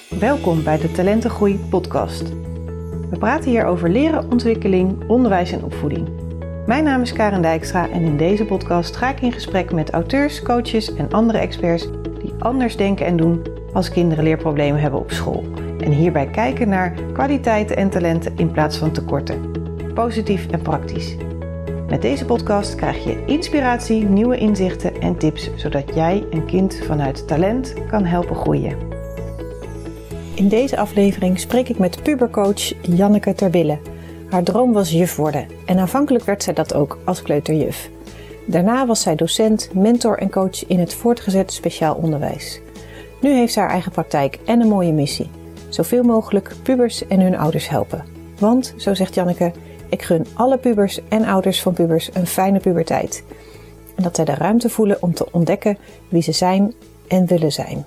Welkom bij de Talentengroei podcast. We praten hier over leren, ontwikkeling, onderwijs en opvoeding. Mijn naam is Karen Dijkstra en in deze podcast ga ik in gesprek met auteurs, coaches en andere experts die anders denken en doen als kinderen leerproblemen hebben op school. En hierbij kijken naar kwaliteiten en talenten in plaats van tekorten. Positief en praktisch. Met deze podcast krijg je inspiratie, nieuwe inzichten en tips, zodat jij een kind vanuit talent kan helpen groeien. In deze aflevering spreek ik met pubercoach Janneke Terwille. Haar droom was juf worden en aanvankelijk werd zij dat ook als kleuterjuf. Daarna was zij docent, mentor en coach in het voortgezet speciaal onderwijs. Nu heeft ze haar eigen praktijk en een mooie missie. Zoveel mogelijk pubers en hun ouders helpen. Want, zo zegt Janneke, ik gun alle pubers en ouders van pubers een fijne puberteit. En dat zij de ruimte voelen om te ontdekken wie ze zijn en willen zijn.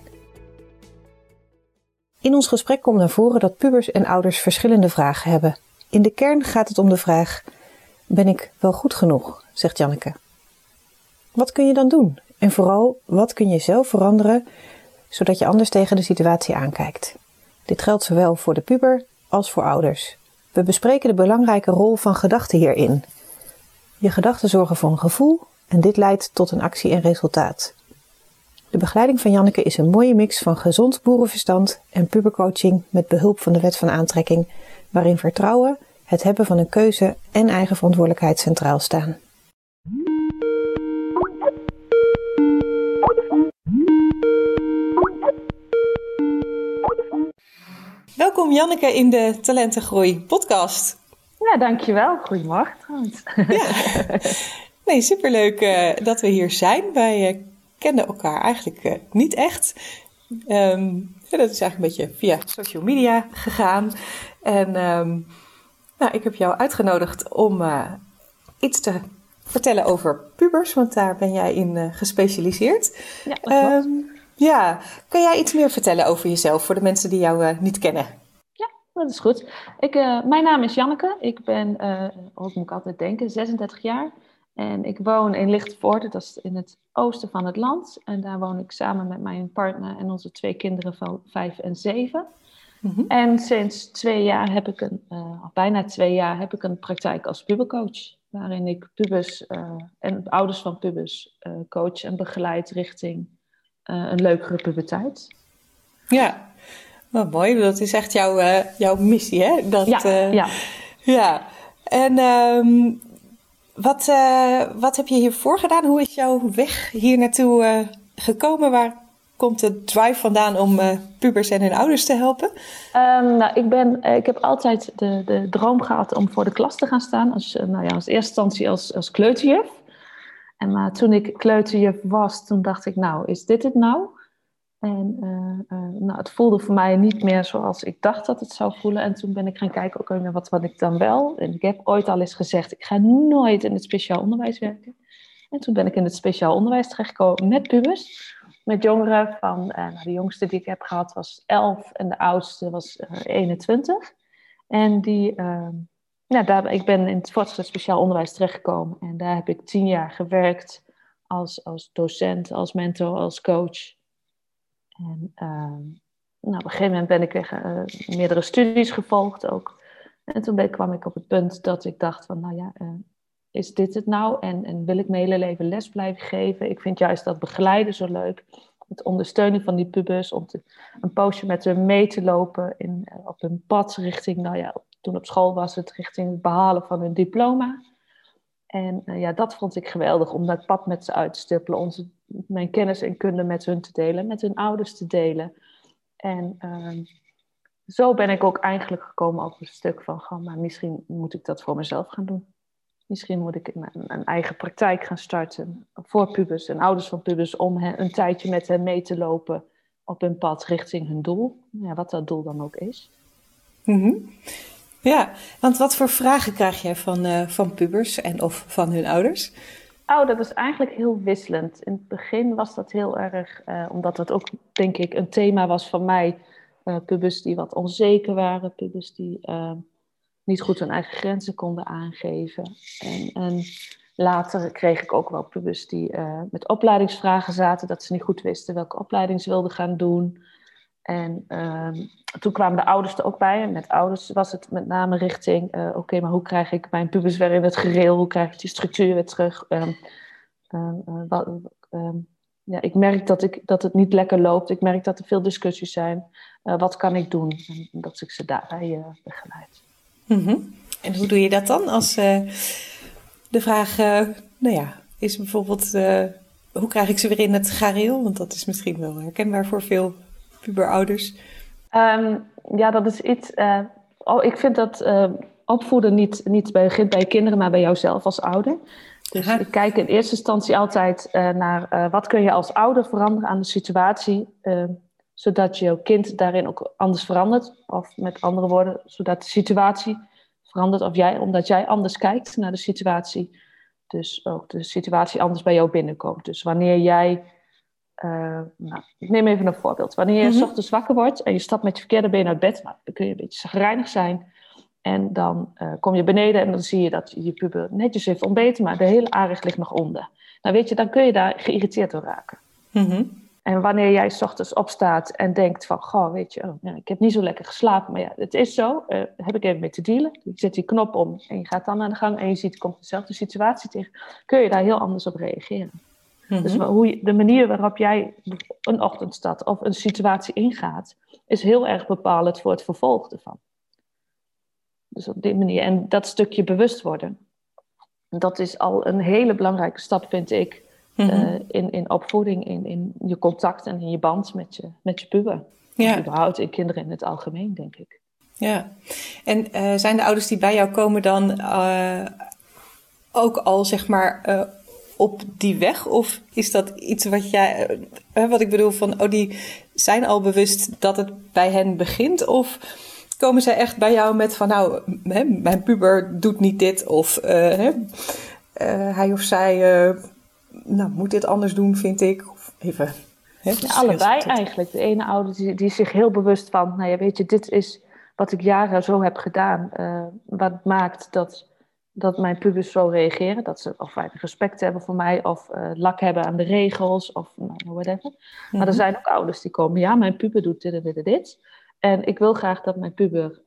In ons gesprek komt naar voren dat pubers en ouders verschillende vragen hebben. In de kern gaat het om de vraag: ben ik wel goed genoeg, zegt Janneke. Wat kun je dan doen? En vooral, wat kun je zelf veranderen, zodat je anders tegen de situatie aankijkt? Dit geldt zowel voor de puber als voor ouders. We bespreken de belangrijke rol van gedachten hierin. Je gedachten zorgen voor een gevoel en dit leidt tot een actie en resultaat. De begeleiding van Janneke is een mooie mix van gezond boerenverstand en pubercoaching met behulp van de wet van aantrekking, waarin vertrouwen, het hebben van een keuze en eigen verantwoordelijkheid centraal staan. Welkom Janneke in de Talentengroei podcast. Ja, dankjewel. Goedemorgen trouwens. Ja. Nee, superleuk dat we hier zijn. Wij kennen elkaar eigenlijk niet echt. Dat is eigenlijk een beetje via social media gegaan. En ik heb jou uitgenodigd om iets te vertellen over pubers, want daar ben jij in gespecialiseerd. Ja, dat klopt. Kan jij iets meer vertellen over jezelf voor de mensen die jou niet kennen? Ja, dat is goed. Mijn naam is Janneke. Ik ben, moet ik altijd denken, 36 jaar. En ik woon in Lichtenvoorde, dat is in het oosten van het land. En daar woon ik samen met mijn partner en onze 2 kinderen van 5 en 7. Mm-hmm. En sinds 2 jaar heb ik bijna 2 jaar heb ik een praktijk als pubercoach. Waarin ik pubers en ouders van pubers coach en begeleid richting een leukere puberteit. Ja, wat mooi. Dat is echt jouw missie, hè? Ja. En wat heb je hiervoor gedaan? Hoe is jouw weg hier naartoe gekomen? Waar komt de drive vandaan om pubers en hun ouders te helpen? Ik heb altijd de droom gehad om voor de klas te gaan staan. Als eerste instantie als kleuterjuf. Maar toen ik kleuterjuf was, toen dacht ik, is dit het nou? En het voelde voor mij niet meer zoals ik dacht dat het zou voelen. En toen ben ik gaan kijken, wat ik dan wel. En ik heb ooit al eens gezegd, ik ga nooit in het speciaal onderwijs werken. En toen ben ik in het speciaal onderwijs terechtgekomen met pubers. Met jongeren van, de jongste die ik heb gehad was 11 en de oudste was 21. En ik ben in het voortgezet speciaal onderwijs terechtgekomen. En daar heb ik 10 jaar gewerkt als docent, als mentor, als coach. En op een gegeven moment ben ik meerdere studies gevolgd ook. En toen kwam ik op het punt dat ik dacht van, is dit het nou? En wil ik mijn hele leven les blijven geven? Ik vind juist dat begeleiden zo leuk. Het ondersteunen van die pubers, om een poosje met hen mee te lopen op hun pad richting, toen op school was het richting het behalen van hun diploma. En dat vond ik geweldig, om dat pad met ze uit te stippelen, mijn kennis en kunde met hun te delen, met hun ouders te delen. En zo ben ik ook eigenlijk gekomen op een stuk van, maar misschien moet ik dat voor mezelf gaan doen. Misschien moet ik een eigen praktijk gaan starten voor pubers en ouders van pubers, om een tijdje met hen mee te lopen op hun pad richting hun doel. Ja, wat dat doel dan ook is. Mm-hmm. Ja, want wat voor vragen krijg jij van pubers en of van hun ouders? Dat is eigenlijk heel wisselend. In het begin was dat heel erg, omdat dat ook, denk ik, een thema was van mij. Pubers die wat onzeker waren, pubers die niet goed hun eigen grenzen konden aangeven. En later kreeg ik ook wel pubers die met opleidingsvragen zaten, dat ze niet goed wisten welke opleiding ze wilden gaan doen. En toen kwamen de ouders er ook bij. En met ouders was het met name richting... Oké, maar hoe krijg ik mijn pubers weer in het gereel? Hoe krijg ik die structuur weer terug? Ik merk dat het niet lekker loopt. Ik merk dat er veel discussies zijn. Wat kan ik doen? En dat ik ze daarbij begeleid. Mm-hmm. En hoe doe je dat dan? Als de vraag is bijvoorbeeld... hoe krijg ik ze weer in het gareel? Want dat is misschien wel herkenbaar voor veel puberouders. Dat is iets... ik vind dat opvoeden niet begint bij kinderen, maar bij jouzelf als ouder. Dus ik kijk in eerste instantie altijd naar wat kun je als ouder veranderen aan de situatie, zodat jouw kind daarin ook anders verandert. Of met andere woorden, zodat de situatie verandert omdat jij anders kijkt naar de situatie. Dus ook de situatie anders bij jou binnenkomt. Dus wanneer jij... ik neem even een voorbeeld. Wanneer je 's ochtends wakker wordt en je stapt met je verkeerde been uit bed, dan kun je een beetje chagrijnig zijn. En dan kom je beneden en dan zie je dat je puber netjes heeft ontbeten, maar de hele aanrecht ligt nog onder. Nou weet je, dan kun je daar geïrriteerd door raken. Mm-hmm. En wanneer jij 's ochtends opstaat en denkt van, goh, weet je, ik heb niet zo lekker geslapen, maar ja, het is zo, heb ik even mee te dealen. Je zet die knop om en je gaat dan aan de gang en je ziet, komt dezelfde situatie tegen. Kun je daar heel anders op reageren. Mm-hmm. Dus de manier waarop jij een ochtendstad of een situatie ingaat, is heel erg bepalend voor het vervolg ervan. Dus op die manier. En dat stukje bewust worden, dat is al een hele belangrijke stap, vind ik, in opvoeding, in je contact en in je band met je puber. Ja. Überhaupt in kinderen in het algemeen, denk ik. Ja. En zijn de ouders die bij jou komen dan ook al, zeg maar... op die weg? Of is dat iets wat jij... wat ik bedoel van... die zijn al bewust dat het bij hen begint? Of komen zij echt bij jou met van... mijn puber doet niet dit. Of hij of zij... moet dit anders doen, vind ik. Of even... allebei eigenlijk. De ene ouder die is zich heel bewust van... weet je, dit is wat ik jaren zo heb gedaan. Wat maakt dat mijn pubers zo reageren. Dat ze of respect hebben voor mij. Of lak hebben aan de regels. Of whatever. Mm-hmm. Maar er zijn ook ouders die komen. Ja, mijn puber doet dit. En ik wil graag dat mijn puber...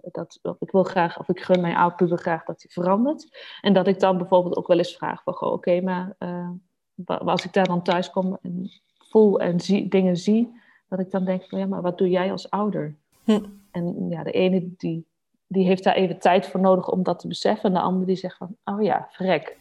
ik gun mijn oude puber graag dat hij verandert. En dat ik dan bijvoorbeeld ook wel eens vraag van... maar als ik daar dan thuis kom en voel en dingen zie... dat ik dan denk van maar wat doe jij als ouder? En de ene die heeft daar even tijd voor nodig om dat te beseffen. En de andere die zegt van, verrek.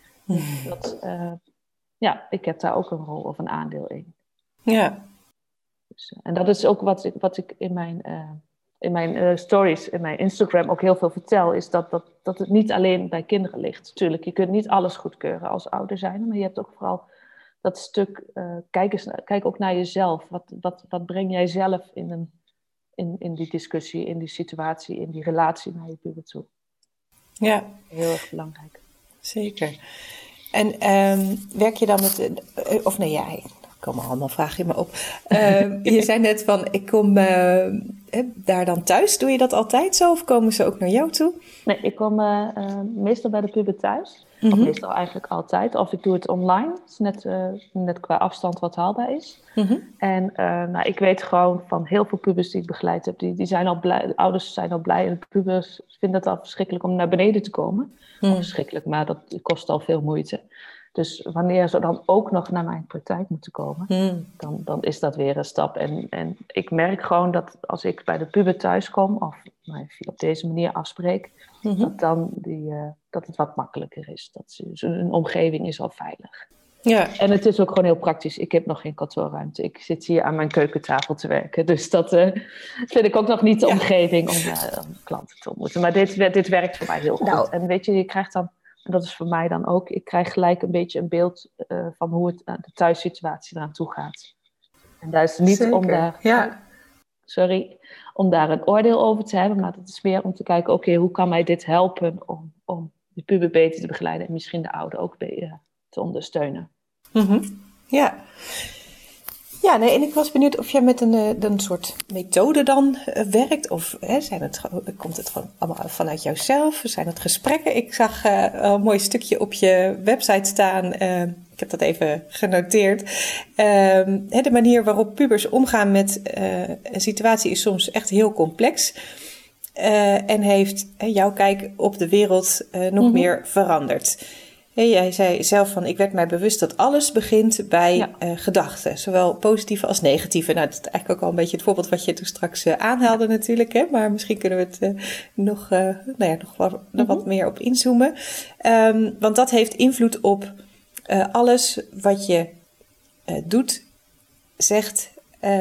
Ik heb daar ook een rol of een aandeel in. Ja. Dus, en dat is ook wat ik in mijn stories, in mijn Instagram ook heel veel vertel. Is dat het niet alleen bij kinderen ligt. Tuurlijk, je kunt niet alles goedkeuren als ouder zijn. Maar je hebt ook vooral dat stuk, kijk ook naar jezelf. Wat breng jij zelf in die discussie, in die situatie, in die relatie naar je puber toe. Ja. Heel erg belangrijk. Zeker. En werk je dan met... er komen allemaal vragen in me op. Je zei net van, ik kom daar dan thuis. Doe je dat altijd zo? Of komen ze ook naar jou toe? Nee, ik kom meestal bij de puber thuis. Mm-hmm. Of meestal eigenlijk altijd. Of ik doe het online. Het is net qua afstand wat haalbaar is. Mm-hmm. En ik weet gewoon van heel veel pubers die ik begeleid heb. Die zijn al blij. De ouders zijn al blij. En de pubers vinden het al verschrikkelijk om naar beneden te komen. Verschrikkelijk, maar dat kost al veel moeite. Dus wanneer ze dan ook nog naar mijn praktijk moeten komen, dan is dat weer een stap. En ik merk gewoon dat als ik bij de puber thuis kom, of op deze manier afspreek, dat het wat makkelijker is. Dat een omgeving is al veilig. Ja. En het is ook gewoon heel praktisch. Ik heb nog geen kantoorruimte. Ik zit hier aan mijn keukentafel te werken. Dus dat vind ik ook nog niet de omgeving om klanten te ontmoeten. Maar dit werkt voor mij heel goed. En weet je, je krijgt dan... En dat is voor mij dan ook. Ik krijg gelijk een beetje een beeld van hoe de thuissituatie eraan toe gaat. En dat is niet om daar een oordeel over te hebben. Maar dat is meer om te kijken, oké, hoe kan mij dit helpen om de puber beter te begeleiden. En misschien de ouder ook te ondersteunen. Mm-hmm. Ja. Ja, nee, en ik was benieuwd of jij met een soort methode dan werkt. Of komt het gewoon allemaal vanuit jouzelf? Zijn het gesprekken? Ik zag een mooi stukje op je website staan. Ik heb dat even genoteerd. De manier waarop pubers omgaan met een situatie is soms echt heel complex. En heeft jouw kijk op de wereld nog meer veranderd. Jij zei zelf van, ik werd mij bewust dat alles begint bij gedachten. Zowel positieve als negatieve. Nou, dat is eigenlijk ook al een beetje het voorbeeld wat je toen straks aanhaalde natuurlijk. Hè? Maar misschien kunnen we het nog wat meer op inzoomen. Want dat heeft invloed op alles wat je doet, zegt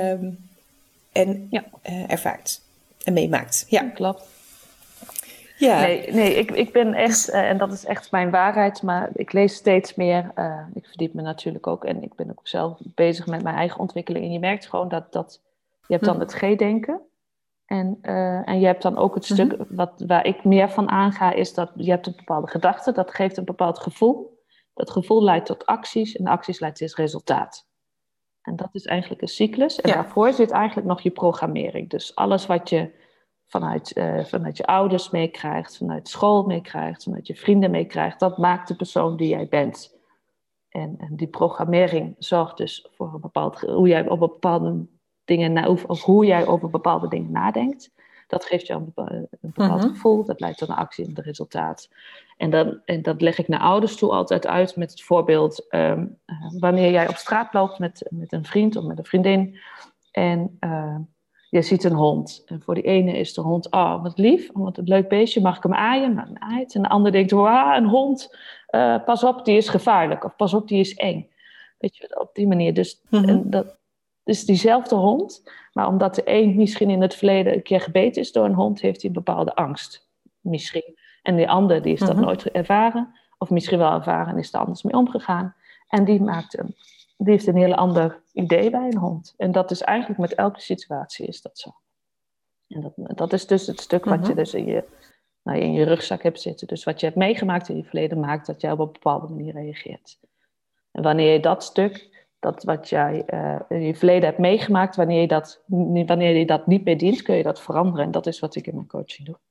en ervaart en meemaakt. Ja, klopt. Ja. Nee, ik ben echt, en dat is echt mijn waarheid, maar ik lees steeds meer. Ik verdiep me natuurlijk ook en ik ben ook zelf bezig met mijn eigen ontwikkeling. En je merkt gewoon dat je hebt dan het G-denken. En je hebt dan ook het stuk waar ik meer van aanga, is dat je hebt een bepaalde gedachte, dat geeft een bepaald gevoel. Dat gevoel leidt tot acties en acties leidt tot resultaat. En dat is eigenlijk een cyclus. En daarvoor zit eigenlijk nog je programmering. Dus alles wat je vanuit je ouders meekrijgt, vanuit school meekrijgt, vanuit je vrienden meekrijgt, dat maakt de persoon die jij bent. En die programmering zorgt dus voor een bepaald, hoe jij over bepaalde dingen of hoe jij over bepaalde dingen nadenkt. Dat geeft jou een bepaald gevoel, dat leidt tot een actie en een resultaat. En dat leg ik naar ouders toe altijd uit met het voorbeeld, wanneer jij op straat loopt met een vriend of met een vriendin en je ziet een hond. En voor die ene is de hond, oh wat lief, wat een leuk beestje, mag ik hem aaien? Nou, hij aait. En de ander denkt, wauw, een hond, pas op, die is gevaarlijk. Of pas op, die is eng. Weet je, op die manier. Dus en dat is diezelfde hond, maar omdat de een misschien in het verleden een keer gebeten is door een hond, heeft hij een bepaalde angst. Misschien. En die ander, die is dat nooit ervaren. Of misschien wel ervaren en is er anders mee omgegaan. En die heeft een heel ander idee bij een hond. En dat is eigenlijk met elke situatie is dat zo. En dat is dus het stuk wat je dus in je rugzak hebt zitten. Dus wat je hebt meegemaakt in je verleden maakt dat jij op een bepaalde manier reageert. En wanneer je dat stuk, dat wat jij in je verleden hebt meegemaakt, wanneer je dat niet meer dient, kun je dat veranderen. En dat is wat ik in mijn coaching doe.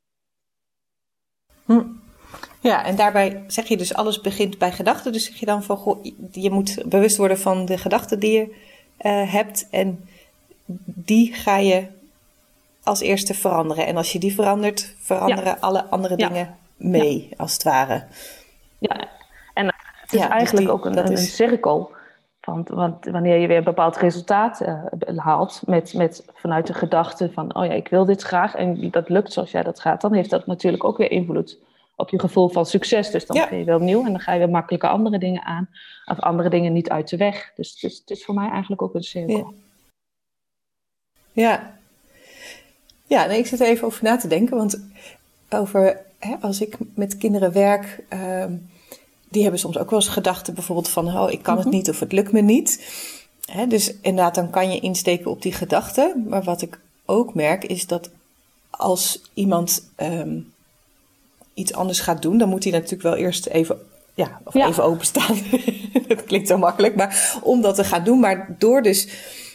Ja, en daarbij zeg je dus alles begint bij gedachten. Dus zeg je dan van, goh, je moet bewust worden van de gedachten die je hebt. En die ga je als eerste veranderen. En als je die verandert, veranderen alle andere dingen mee, als het ware. Ja, en het is eigenlijk ook een cirkel. Want wanneer je weer een bepaald resultaat haalt vanuit de gedachte van, oh ja, ik wil dit graag en dat lukt zoals jij dat gaat, dan heeft dat natuurlijk ook weer invloed op je gevoel van succes. Dus dan ga je weer opnieuw en dan ga je weer makkelijker andere dingen aan of andere dingen niet uit de weg. Dus het is voor mij eigenlijk ook een cirkel. Ja, nee, ik zit er even over na te denken, want als ik met kinderen werk, die hebben soms ook wel eens gedachten bijvoorbeeld van, oh, ik kan het niet of het lukt me niet. Dus inderdaad, dan kan je insteken op die gedachten. Maar wat ik ook merk is dat als iemand iets anders gaat doen, dan moet hij natuurlijk wel eerst even openstaan. Dat klinkt zo makkelijk, maar om dat te gaan doen. Maar door dus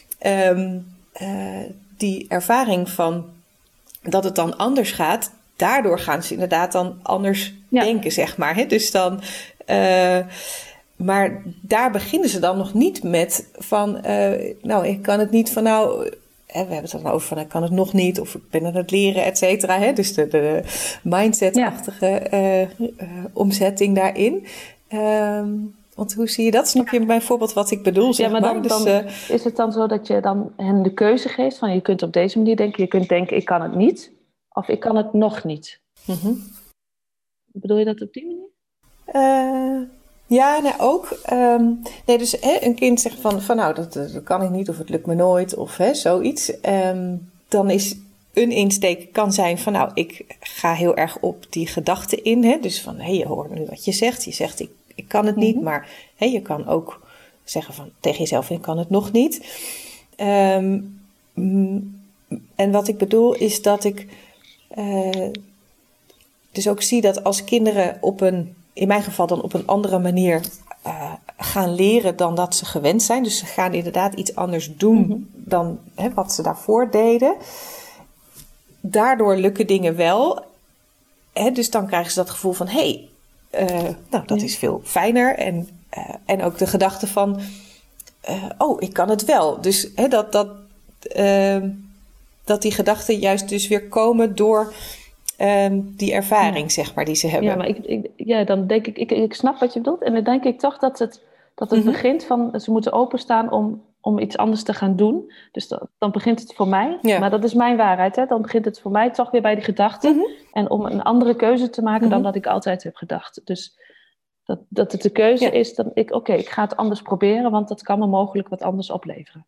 die ervaring van dat het dan anders gaat, daardoor gaan ze inderdaad dan anders denken, zeg maar. Hè? Dus dan, maar daar beginnen ze dan nog niet met van, ik kan het niet van we hebben het dan over van, ik kan het nog niet, of ik ben aan het leren, et cetera. Hè? Dus de mindset-achtige omzetting daarin. Want hoe zie je dat? Snap je bijvoorbeeld wat ik bedoel? Zeg maar dan is het dan zo dat je dan hen de keuze geeft van, je kunt op deze manier denken, je kunt denken, ik kan het niet, of ik kan het nog niet. Bedoel je dat op die manier? Ook. Dus een kind zegt van dat kan ik niet, of het lukt me nooit, of zoiets. Dan is een insteek kan zijn van, ik ga heel erg op die gedachte in. Hè? Dus van, je hoort nu wat je zegt. Je zegt, ik kan het niet, maar je kan ook zeggen van tegen jezelf, ik kan het nog niet. En wat ik bedoel is dat ik dus ook zie dat als kinderen in mijn geval dan op een andere manier gaan leren dan dat ze gewend zijn. Dus ze gaan inderdaad iets anders doen dan wat ze daarvoor deden. Daardoor lukken dingen wel. Dus dan krijgen ze dat gevoel van, dat is veel fijner. En ook de gedachte van, ik kan het wel. Dus dat die gedachten juist dus weer komen door die ervaring, zeg maar, die ze hebben. Ja, maar dan denk ik snap wat je bedoelt. En dan denk ik toch dat het begint van, ze moeten openstaan om iets anders te gaan doen. Dus dan begint het voor mij. Ja. Maar dat is mijn waarheid. Hè? Dan begint het voor mij toch weer bij die gedachten. En om een andere keuze te maken dan dat ik altijd heb gedacht. Dus dat het de keuze is, dat ik ga het anders proberen. Want dat kan me mogelijk wat anders opleveren.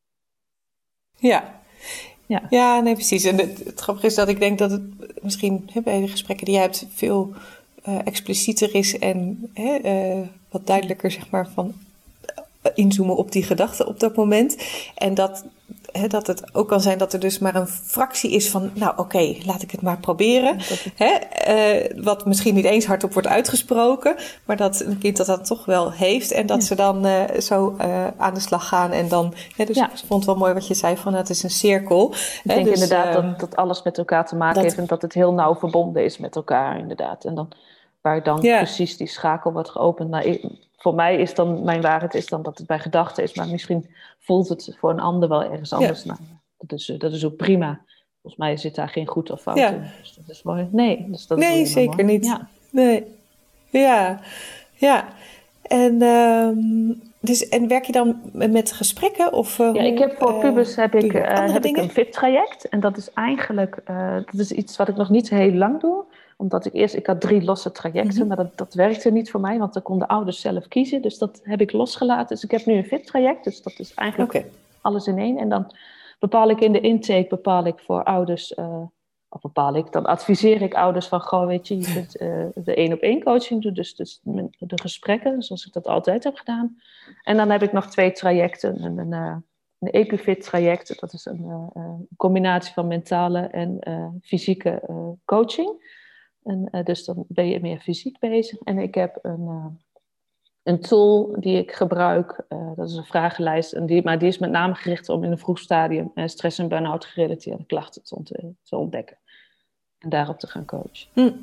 Ja, nee, precies. En het grappige is dat ik denk dat het misschien bij de gesprekken die jij hebt veel explicieter is en wat duidelijker, zeg maar, van inzoomen op die gedachten op dat moment. En dat het ook kan zijn dat er dus maar een fractie is van, laat ik het maar proberen. Wat misschien niet eens hardop wordt uitgesproken, maar dat een kind dat toch wel heeft en dat ze dan zo aan de slag gaan. En dan, ik vond het wel mooi wat je zei van, het is een cirkel. Ik denk dus, inderdaad dat alles met elkaar te maken heeft en dat het heel nauw verbonden is met elkaar, inderdaad. En dan waar dan precies die schakel wordt geopend. Voor mij is dan, mijn waarheid is dan dat het bij gedachten is, maar misschien voelt het voor een ander wel ergens anders. Ja. Dat is ook prima. Volgens mij zit daar geen goed of fout in. Dus dat is mooi. Nee, zeker mooi. Niet. Ja. Nee. Ja. En werk je dan met gesprekken? Of, ik heb voor pubers heb ik een VIP-traject. En dat is eigenlijk dat is iets wat ik nog niet heel lang doe. Omdat ik had 3 losse trajecten, maar dat werkte niet voor mij. Want dan konden ouders zelf kiezen. Dus dat heb ik losgelaten. Dus ik heb nu een VIP-traject. Dus dat is eigenlijk alles in één. En dan bepaal ik in de intake voor ouders... dan adviseer ik ouders van... je kunt de 1-op-1 coaching doen. Dus de gesprekken, zoals ik dat altijd heb gedaan. En dan heb ik nog 2 trajecten. Een EpiFit-traject. Dat is een combinatie van mentale en fysieke coaching. En dus dan ben je meer fysiek bezig. En ik heb een tool die ik gebruik. Dat is een vragenlijst. Maar die is met name gericht om in een vroeg stadium stress- en burn-out gerelateerde klachten te ontdekken. En daarop te gaan coachen.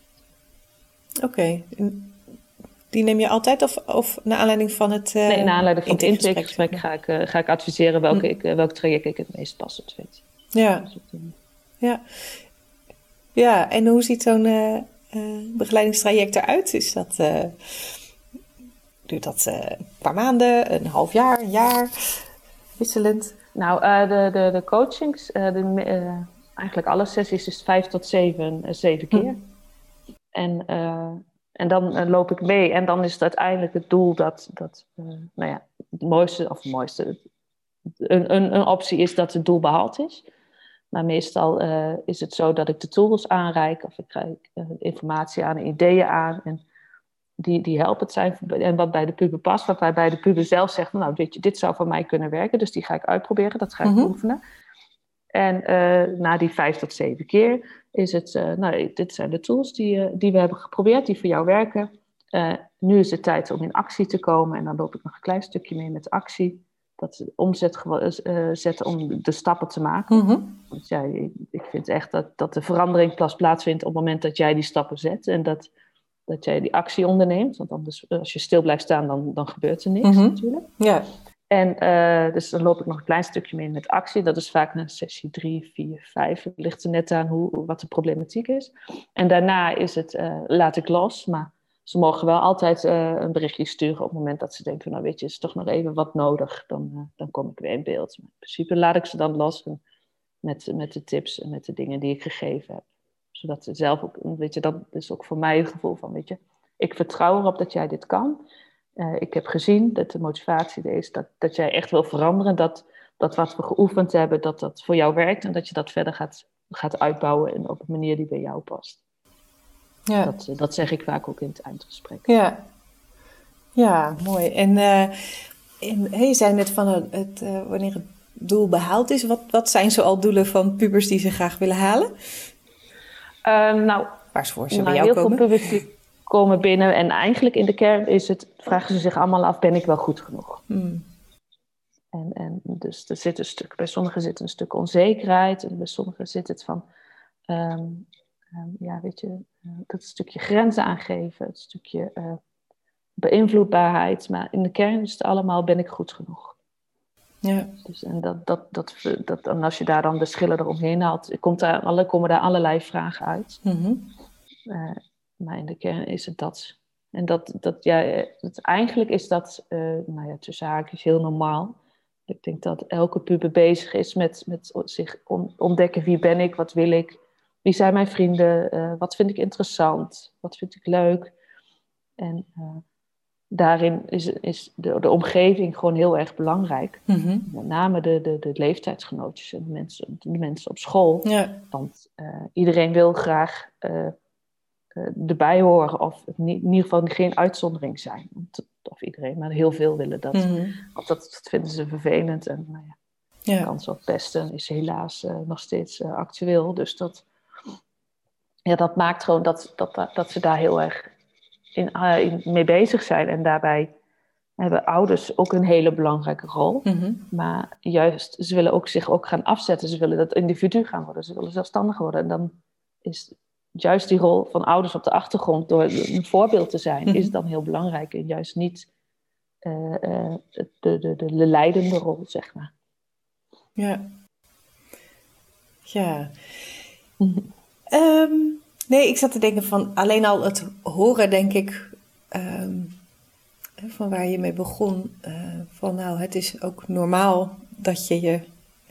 Oké. Die neem je altijd of naar aanleiding van het Nee, naar aanleiding van het intakegesprek ga ik adviseren welk traject ik het meest passend vind. Ja, en hoe ziet zo'n begeleidingstraject eruit? Is dat, duurt dat een paar maanden, een half jaar, een jaar, wisselend? Nou, de coachings, eigenlijk alle sessies is 5 tot 7 keer. En dan loop ik mee en dan is het uiteindelijk het doel dat het mooiste, een optie is dat het doel behaald is. Maar meestal is het zo dat ik de tools aanreik of ik krijg informatie aan, ideeën aan en die helpend zijn. En wat bij de puber past, waarbij bij de puber zelf zegt, weet je, dit zou voor mij kunnen werken, dus die ga ik uitproberen, dat ga ik oefenen. En na die 5 tot 7 keer is het, dit zijn de tools die we hebben geprobeerd, die voor jou werken. Nu is het tijd om in actie te komen en dan loop ik nog een klein stukje mee met actie. Dat ze omzet zetten om de stappen te maken. Want ik vind echt dat de verandering pas plaatsvindt op het moment dat jij die stappen zet. En dat jij die actie onderneemt. Want anders, als je stil blijft staan, dan gebeurt er niks natuurlijk. Ja. En dus dan loop ik nog een klein stukje mee met actie. Dat is vaak naar sessie 3, 4, 5. Het ligt er net aan wat de problematiek is. En daarna is het, laat ik los. Maar ze mogen wel altijd een berichtje sturen op het moment dat ze denken van, is toch nog even wat nodig. Dan kom ik weer in beeld. Maar in principe laat ik ze dan los met de tips en met de dingen die ik gegeven heb. Zodat ze zelf ook, dat is ook voor mij het gevoel van, ik vertrouw erop dat jij dit kan. Ik heb gezien dat de motivatie er is, dat jij echt wil veranderen. Dat wat we geoefend hebben, dat voor jou werkt. En dat je dat verder gaat uitbouwen en op een manier die bij jou past. Ja. Dat zeg ik vaak ook in het eindgesprek. Ja, mooi. En je zei net van wanneer het doel behaald is. Wat zijn zoal doelen van pubers die ze graag willen halen? Waarvoor ze bij jou heel komen? Veel pubers die komen binnen en eigenlijk in de kern vragen ze zich allemaal af, ben ik wel goed genoeg? En dus er zit bij sommigen zit een stuk onzekerheid en bij sommigen zit het van weet je, dat stukje grenzen aangeven, het stukje beïnvloedbaarheid. Maar in de kern is het allemaal, ben ik goed genoeg? Ja. Dus, en en als je daar dan de schillen eromheen haalt, komen daar allerlei vragen uit. Mm-hmm. Maar in de kern is het dat. En eigenlijk is dat, tussen haakjes heel normaal. Ik denk dat elke puber bezig is met zich ontdekken. Wie ben ik? Wat wil ik? Wie zijn mijn vrienden? Wat vind ik interessant? Wat vind ik leuk? En daarin is de omgeving gewoon heel erg belangrijk. Mm-hmm. Met name de leeftijdsgenootjes en de mensen op school. Ja. Want iedereen wil graag erbij horen. Of in ieder geval geen uitzondering zijn. Of iedereen, maar heel veel willen dat. Mm-hmm. Want dat vinden ze vervelend. En de kans op pesten is helaas nog steeds actueel. Dus dat maakt gewoon dat ze daar heel erg mee bezig zijn. En daarbij hebben ouders ook een hele belangrijke rol. Mm-hmm. Maar juist, ze willen zich ook gaan afzetten. Ze willen dat individu gaan worden. Ze willen zelfstandig worden. En dan is juist die rol van ouders op de achtergrond, door een voorbeeld te zijn, Mm-hmm. is dan heel belangrijk. En juist niet de leidende rol, zeg maar. Ja. Ja. Mm-hmm. Nee, ik zat te denken van alleen al het horen, denk ik, van waar je mee begon. Van nou, het is ook normaal dat je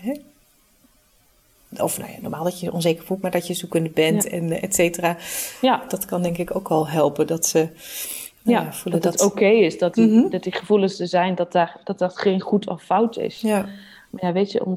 normaal dat je je onzeker voelt, maar dat je zoekende bent en et cetera. Ja. Dat kan denk ik ook wel helpen, dat ze voelen dat het oké is, dat die gevoelens er zijn, dat geen goed of fout is. Ja. Maar weet je,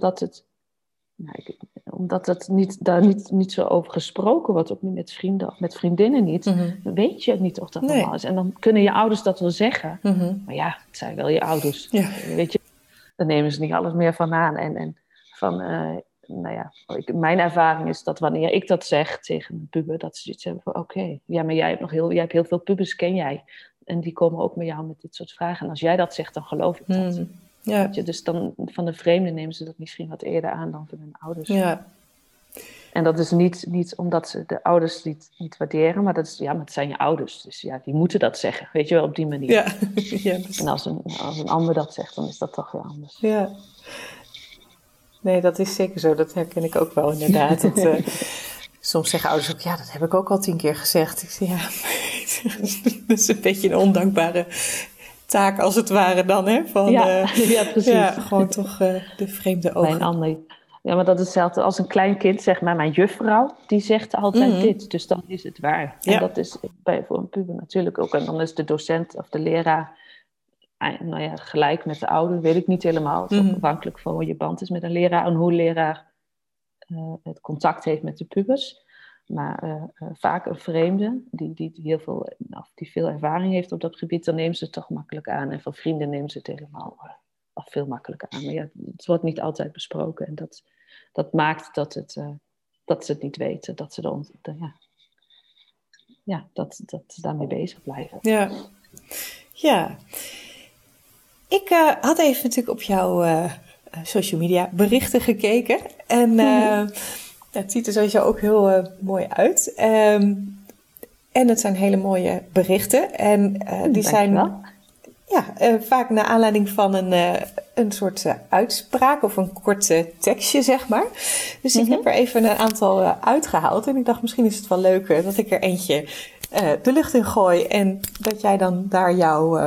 omdat het niet zo over gesproken wordt, ook niet met vrienden of met vriendinnen niet, weet je niet of dat normaal is. En dan kunnen je ouders dat wel zeggen, maar ja, het zijn wel je ouders. Ja. Weet je, dan nemen ze niet alles meer van aan. En van, mijn ervaring is dat wanneer ik dat zeg tegen een puber, dat ze iets hebben van oké, ja, maar jij hebt heel veel pubers, ken jij. En die komen ook met jou met dit soort vragen. En als jij dat zegt, dan geloof ik dat. Ja. Weet je, dus dan van de vreemden nemen ze dat misschien wat eerder aan dan van hun ouders. Ja. En dat is niet omdat ze de ouders niet waarderen, maar maar het zijn je ouders. Dus ja, die moeten dat zeggen, weet je wel, op die manier. Ja. Ja, dus... En als een ander dat zegt, dan is dat toch weer anders. Ja. Nee, dat is zeker zo. Dat herken ik ook wel inderdaad. Soms zeggen ouders ook, ja, dat heb ik ook al 10 keer gezegd. Ik zeg, ja, dat is een beetje een ondankbare taak als het ware dan, hè? Van, ja, precies. Ja, gewoon toch de vreemde ogen. Bij een ander. Ja, maar dat is hetzelfde als een klein kind, zeg maar. Mijn juffrouw, die zegt altijd dit. Dus dan is het waar. Ja. En dat is voor een puber natuurlijk ook. En dan is de docent of de leraar gelijk met de ouder. Weet ik niet helemaal. Het is ook afhankelijk van hoe je band is met een leraar. En hoe een leraar het contact heeft met de pubers. Maar vaak een vreemde die veel ervaring heeft op dat gebied, dan nemen ze het toch makkelijk aan. En van vrienden nemen ze het helemaal veel makkelijker aan. Maar ja, het wordt niet altijd besproken. En dat maakt dat ze het niet weten. Dat ze dat ze daarmee bezig blijven. Ja. Ja. Ik had even natuurlijk op jouw social media berichten gekeken. En het ziet er sowieso ook heel mooi uit. En het zijn hele mooie berichten. En die zijn vaak naar aanleiding van een soort uitspraak of een kort tekstje, zeg maar. Dus ik heb er even een aantal uitgehaald. En ik dacht, misschien is het wel leuker dat ik er eentje de lucht in gooi. En dat jij dan daar jouw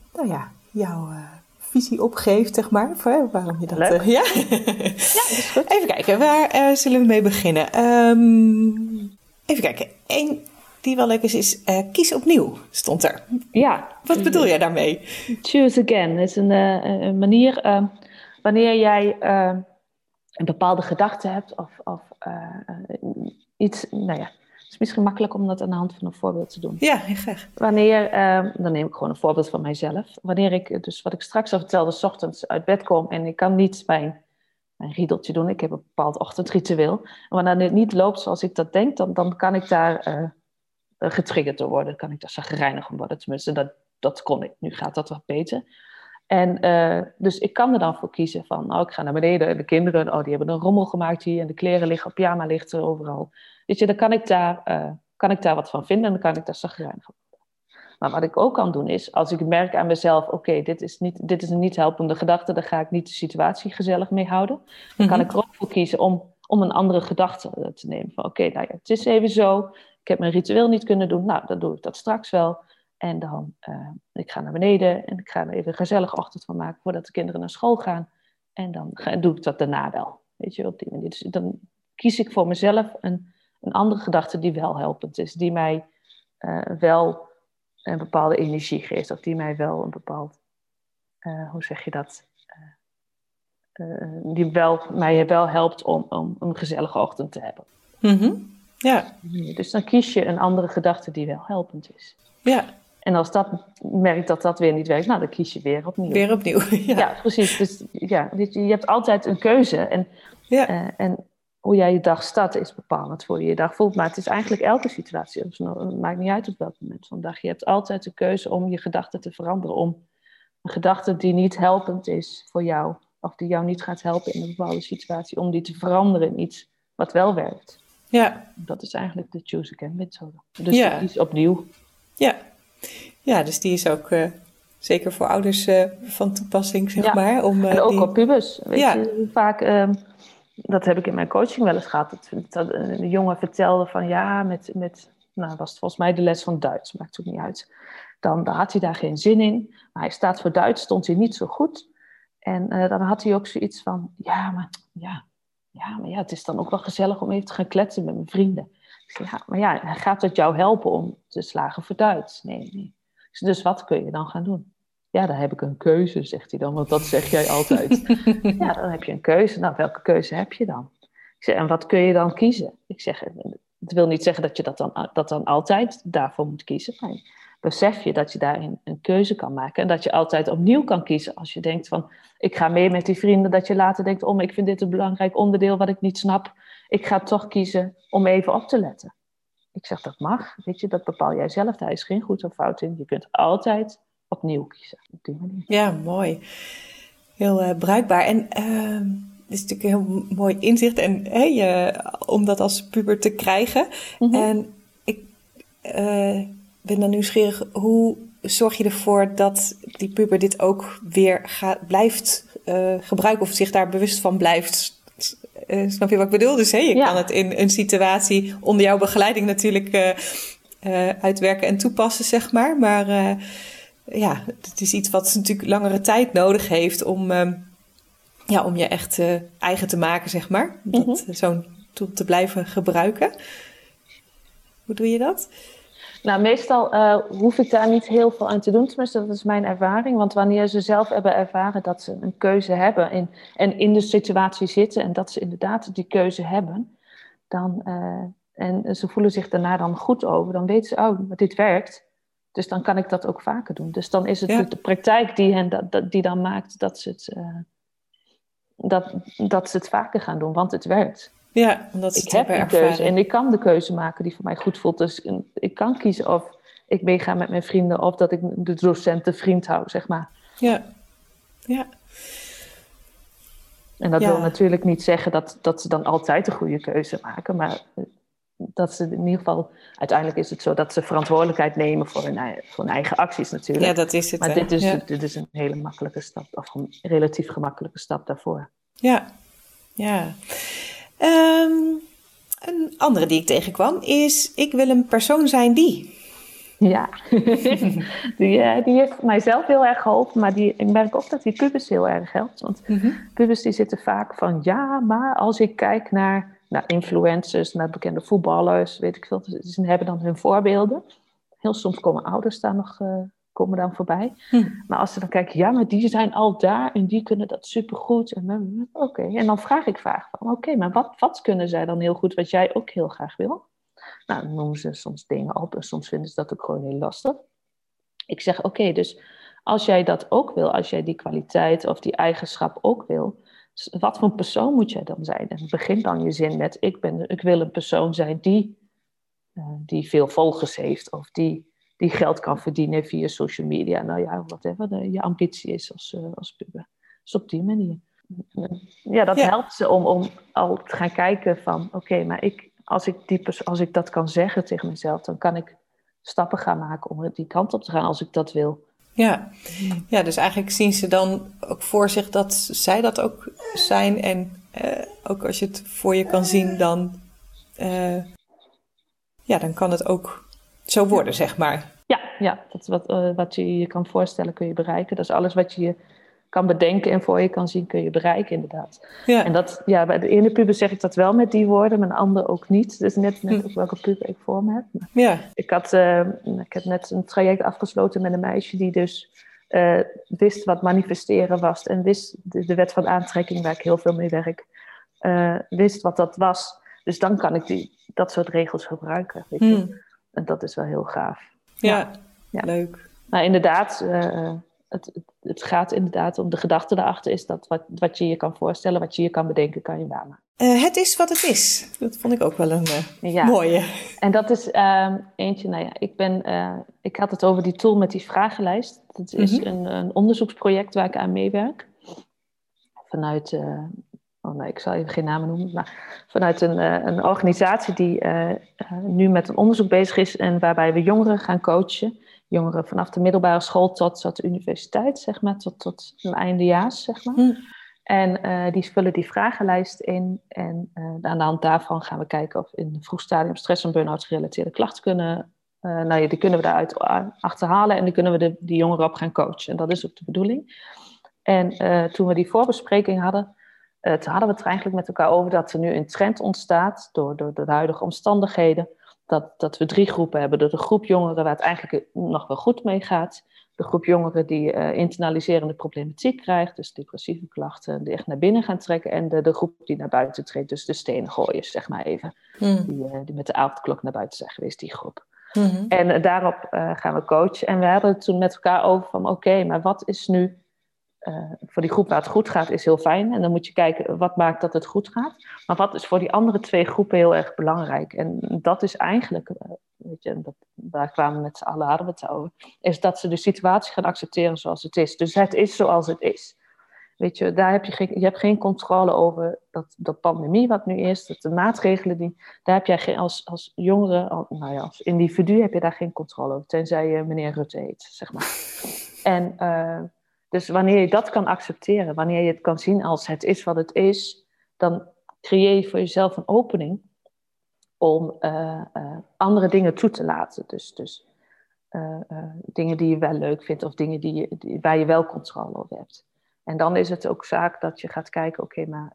visie op geeft, zeg maar. Voor, waarom je dat... Leuk. Ja? Ja, dat is goed. Even kijken, waar zullen we mee beginnen? Even kijken. Eén die wel leuk is kies opnieuw, stond er. Ja. Wat bedoel jij daarmee? Choose again. Het is een manier wanneer jij een bepaalde gedachte hebt of iets... Het is misschien makkelijk om dat aan de hand van een voorbeeld te doen. Ja, heel graag. Wanneer, dan neem ik gewoon een voorbeeld van mijzelf. Wanneer ik, dus wat ik straks al vertelde, 's ochtends uit bed kom en ik kan niet mijn riedeltje doen. Ik heb een bepaald ochtendritueel. En wanneer het niet loopt zoals ik dat denk, dan kan ik daar getriggerd door worden. Kan ik daar chagrijnig om worden. Tenminste, dat kon ik. Nu gaat dat wat beter. En dus ik kan er dan voor kiezen van, ik ga naar beneden. En de kinderen, die hebben een rommel gemaakt hier. En de kleren liggen, pyjama ligt er overal. Weet je, dan kan ik daar wat van vinden. En dan kan ik daar chagrijnig van. Maar wat ik ook kan doen is, als ik merk aan mezelf, oké, dit is een niet helpende gedachte. Dan ga ik niet de situatie gezellig mee houden. Dan kan ik er ook voor kiezen om een andere gedachte te nemen. Van oké, nou ja, het is even zo. Ik heb mijn ritueel niet kunnen doen. Nou, dan doe ik dat straks wel. En dan, ik ga naar beneden en ik ga er even een gezellige ochtend van maken voordat de kinderen naar school gaan. En dan doe ik dat daarna wel. Weet je, op die manier. Dus dan kies ik voor mezelf een andere gedachte die wel helpend is. Die mij wel een bepaalde energie geeft. Of die mij wel een bepaald, hoe zeg je dat? Die mij wel helpt om een gezellige ochtend te hebben. Mm-hmm. Ja. Dus dan kies je een andere gedachte die wel helpend is. Ja. En als dat merkt dat dat weer niet werkt, nou, dan kies je weer opnieuw. Weer opnieuw, ja. Ja, precies. Dus ja, je hebt altijd een keuze. En hoe jij je dag start is bepalend voor je dag voelt. Maar het is eigenlijk elke situatie. Dus het maakt niet uit op welk moment van de dag. Je hebt altijd de keuze om je gedachten te veranderen. Om een gedachte die niet helpend is voor jou, of die jou niet gaat helpen in een bepaalde situatie, om die te veranderen in iets wat wel werkt. Ja. Dat is eigenlijk de Choose Again methode. Dus ja. Kies opnieuw. Ja. Ja, dus die is ook zeker voor ouders van toepassing, zeg maar. En ook op pubers. Weet je, vaak, dat heb ik in mijn coaching wel eens gehad. Dat een jongen vertelde van nou was het volgens mij de les van Duits, maakt het ook niet uit. Dan had hij daar geen zin in. Maar hij staat voor Duits, stond hij niet zo goed. En dan had hij ook zoiets van, het is dan ook wel gezellig om even te gaan kletsen met mijn vrienden. Ik zei, gaat het jou helpen om te slagen voor Duits? Nee. Dus wat kun je dan gaan doen? Ja, dan heb ik een keuze, zegt hij dan, want dat zeg jij altijd. Ja, dan heb je een keuze. Nou, welke keuze heb je dan? Ik zeg, en wat kun je dan kiezen? Ik zeg, het wil niet zeggen dat je dat dan altijd daarvoor moet kiezen. Maar besef je dat je daarin een keuze kan maken. En dat je altijd opnieuw kan kiezen. Als je denkt van, ik ga mee met die vrienden. Dat je later denkt, maar ik vind dit een belangrijk onderdeel wat ik niet snap. Ik ga toch kiezen om even op te letten. Ik zeg, dat mag. Weet je, dat bepaal jij zelf. Daar is geen goed of fout in. Je kunt altijd opnieuw kiezen. Op die manier. Ja, mooi. Heel bruikbaar. En dit is natuurlijk een heel mooi inzicht. En om dat als puber te krijgen. Mm-hmm. En ik ben dan nieuwsgierig. Hoe zorg je ervoor dat die puber dit ook weer blijft gebruiken? Of zich daar bewust van blijft? Snap je wat ik bedoel? Dus je kan het in een situatie onder jouw begeleiding natuurlijk uitwerken en toepassen, zeg maar. Maar het is iets wat natuurlijk langere tijd nodig heeft om je echt eigen te maken, zeg maar. Mm-hmm. Zo'n tool te blijven gebruiken. Hoe doe je dat? Nou, meestal hoef ik daar niet heel veel aan te doen. Tenminste, dat is mijn ervaring. Want wanneer ze zelf hebben ervaren dat ze een keuze hebben en in de situatie zitten en dat ze inderdaad die keuze hebben, dan, en ze voelen zich daarna dan goed over, dan weten ze, maar dit werkt. Dus dan kan ik dat ook vaker doen. Dus dan is het de praktijk die dan maakt dat ze het vaker gaan doen, want het werkt. Ja, omdat ze ik heb een keuze en ik kan de keuze maken die voor mij goed voelt. Dus ik kan kiezen of ik meega met mijn vrienden of dat ik de docent de vriend hou, zeg maar. Ja. En dat wil natuurlijk niet zeggen dat ze dan altijd de goede keuze maken, maar dat ze in ieder geval, uiteindelijk is het zo dat ze verantwoordelijkheid nemen voor hun eigen acties natuurlijk. Ja, dat is het. Maar dit is een hele makkelijke stap, of een relatief gemakkelijke stap daarvoor. Ja. Een andere die ik tegenkwam is, ik wil een persoon zijn die. Ja, die heeft mijzelf heel erg geholpen, maar ik merk ook dat die pubers heel erg helpt. Want pubers die zitten vaak van, maar als ik kijk naar influencers, naar bekende voetballers, weet ik veel, ze hebben dan hun voorbeelden. Heel soms komen ouders daar nog komen dan voorbij. Maar als ze dan kijken, maar die zijn al daar en die kunnen dat supergoed. En en dan vraag ik vaak van, maar wat kunnen zij dan heel goed, wat jij ook heel graag wil? Nou, dan noemen ze soms dingen op en soms vinden ze dat ook gewoon heel lastig. Ik zeg, dus als jij dat ook wil, als jij die kwaliteit of die eigenschap ook wil, wat voor een persoon moet jij dan zijn? En begin dan je zin met, ik wil een persoon zijn die veel volgers heeft, of die die geld kan verdienen via social media. Nou ja, whatever je ambitie is als puber. Dus op die manier. Ja, dat helpt ze om al te gaan kijken van... Oké, maar als ik dat kan zeggen tegen mezelf... dan kan ik stappen gaan maken om die kant op te gaan als ik dat wil. Ja, dus eigenlijk zien ze dan ook voor zich dat zij dat ook zijn. En ook als je het voor je kan zien, dan kan het ook zo worden, zeg maar. Ja, dat wat je je kan voorstellen kun je bereiken. Dat is alles wat je kan bedenken en voor je kan zien, kun je bereiken inderdaad. Ja. En bij de ene puber zeg ik dat wel met die woorden, maar de andere ook niet. Dus net op welke puber ik voor me heb. Ja. Ik heb net een traject afgesloten met een meisje die dus wist wat manifesteren was en wist de wet van aantrekking, waar ik heel veel mee werk, wist wat dat was. Dus dan kan ik dat soort regels gebruiken. Weet je? En dat is wel heel gaaf. Ja. Leuk. Maar inderdaad... Het gaat inderdaad om de gedachte daarachter is dat wat je je kan voorstellen, wat je je kan bedenken, kan je waarmaken. Het is wat het is. Dat vond ik ook wel een mooie. En dat is eentje, ik had het over die tool met die vragenlijst. Dat is een onderzoeksproject waar ik aan meewerk. Vanuit, ik zal even geen namen noemen, maar vanuit een organisatie die nu met een onderzoek bezig is en waarbij we jongeren gaan coachen. Jongeren vanaf de middelbare school tot de universiteit, zeg maar, tot een eindejaars, zeg maar. En die vullen die vragenlijst in. En aan de hand daarvan gaan we kijken of in een vroeg stadium stress- en burn-out gerelateerde klachten kunnen. Die kunnen we daaruit achterhalen en dan kunnen we die jongeren op gaan coachen. En dat is ook de bedoeling. En toen we die voorbespreking hadden, toen hadden we het er eigenlijk met elkaar over dat er nu een trend ontstaat door de huidige omstandigheden. Dat we 3 groepen hebben. De groep jongeren waar het eigenlijk nog wel goed mee gaat. De groep jongeren die internaliserende problematiek krijgt. Dus depressieve klachten die echt naar binnen gaan trekken. En de groep die naar buiten treedt. Dus de stenengooiers, zeg maar even. Die met de avondklok naar buiten zijn geweest, die groep. En daarop gaan we coachen. En we hadden het toen met elkaar over van oké, maar wat is nu... voor die groep waar het goed gaat is heel fijn. En dan moet je kijken wat maakt dat het goed gaat. Maar wat is voor die andere 2 groepen heel erg belangrijk. En dat is eigenlijk, daar kwamen we met z'n allen hadden we het over. Is dat ze de situatie gaan accepteren zoals het is. Dus het is zoals het is. Weet je, daar heb je hebt geen controle over dat pandemie wat nu is. Dat de maatregelen daar heb jij als jongere, als individu heb je daar geen controle over. Tenzij je meneer Rutte heet, zeg maar. En... Dus wanneer je dat kan accepteren, wanneer je het kan zien als het is wat het is, dan creëer je voor jezelf een opening om andere dingen toe te laten. Dus dingen die je wel leuk vindt of dingen waar je wel controle over hebt. En dan is het ook zaak dat je gaat kijken, oké, maar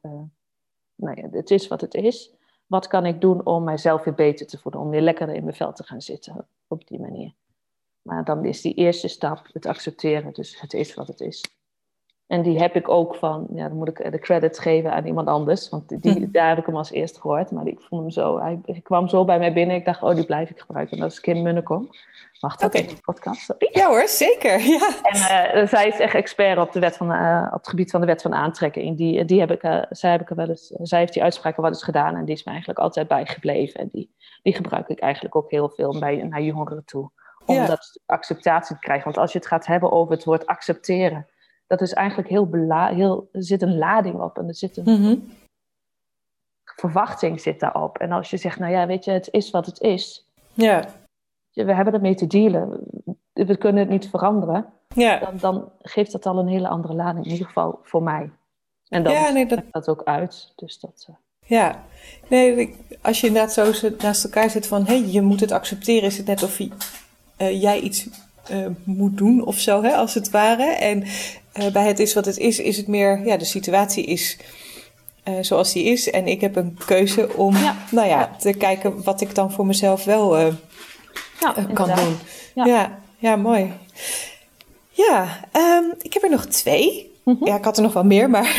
het is wat het is. Wat kan ik doen om mijzelf weer beter te voelen, om weer lekkerder in mijn vel te gaan zitten op die manier. Maar dan is die eerste stap het accepteren. Dus het is wat het is. En die heb ik ook van... Ja, dan moet ik de credits geven aan iemand anders. Want daar heb ik hem als eerste gehoord. Maar ik vond hem zo... Hij kwam zo bij mij binnen. Ik dacht, die blijf ik gebruiken. En dat is Kim Munnekom. Wacht, dat is een podcast. Sorry. Ja hoor, zeker. Ja. En zij is echt expert op het gebied van de wet van aantrekking. Zij heeft die uitspraken wel eens gedaan. En die is me eigenlijk altijd bijgebleven. En die gebruik ik eigenlijk ook heel veel naar jongeren toe. Om dat acceptatie te krijgen. Want als je het gaat hebben over het woord accepteren. Dat is eigenlijk er zit een lading op. En er zit een verwachting zit daarop. En als je zegt, weet je, het is wat het is. Ja. We hebben ermee te dealen. We kunnen het niet veranderen. Ja. Dan geeft dat al een hele andere lading. In ieder geval voor mij. En dan trekt dat ook uit. Dus dat... Ja, als je inderdaad zo naast elkaar zit van... je moet het accepteren. Is het net of jij iets moet doen of zo, als het ware. En bij het is wat het is het meer... de situatie is zoals die is. En ik heb een keuze om te kijken wat ik dan voor mezelf wel kan doen. Ja, mooi. Ja, ik heb er nog 2. Ja, ik had er nog wel meer, maar...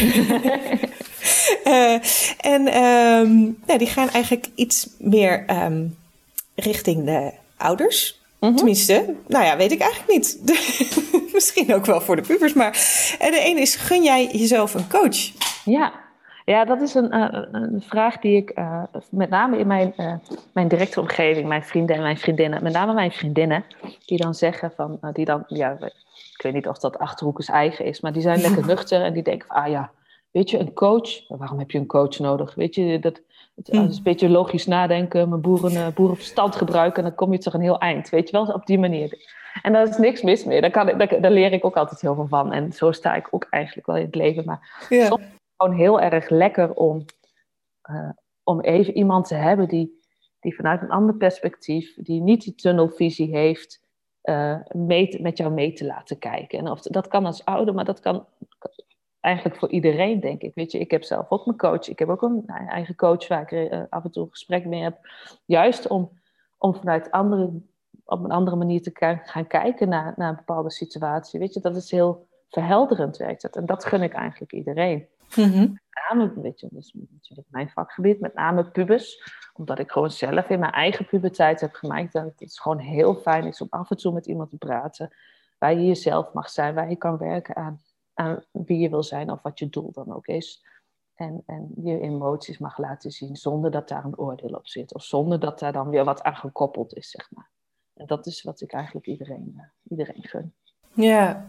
die gaan eigenlijk iets meer richting de ouders. Tenminste, weet ik eigenlijk niet. Misschien ook wel voor de pubers, maar... En de ene is, gun jij jezelf een coach? Ja, Ja, dat is een vraag die ik met name in mijn directe omgeving, mijn vrienden en mijn vriendinnen, met name mijn vriendinnen, die dan zeggen van, ik weet niet of dat Achterhoekers eigen is, maar die zijn lekker nuchter en die denken van, weet je, een coach, waarom heb je een coach nodig? Weet je, dat is een beetje logisch nadenken, mijn boerenverstand gebruiken en dan kom je toch een heel eind, weet je wel, op die manier. En daar is niks mis mee, daar leer ik ook altijd heel veel van en zo sta ik ook eigenlijk wel in het leven, maar soms gewoon heel erg lekker om even iemand te hebben die vanuit een ander perspectief, die niet die tunnelvisie heeft, met jou mee te laten kijken. En dat kan als ouder, maar dat kan eigenlijk voor iedereen, denk ik. Weet je, ik heb zelf ook mijn coach. Ik heb ook een eigen coach waar ik af en toe een gesprek mee heb. Juist om vanuit op een andere manier te gaan kijken naar een bepaalde situatie. Weet je, dat is heel verhelderend werkt het. En dat gun ik eigenlijk iedereen. Mm-hmm. Met name, weet je, dat is natuurlijk mijn vakgebied, met name pubers. Omdat ik gewoon zelf in mijn eigen puberteit heb gemaakt dat het gewoon heel fijn is om af en toe met iemand te praten. Waar je jezelf mag zijn, waar je kan werken aan wie je wil zijn of wat je doel dan ook is. En je emoties mag laten zien zonder dat daar een oordeel op zit. Of zonder dat daar dan weer wat aan gekoppeld is, zeg maar. En dat is wat ik eigenlijk iedereen gun. Ja.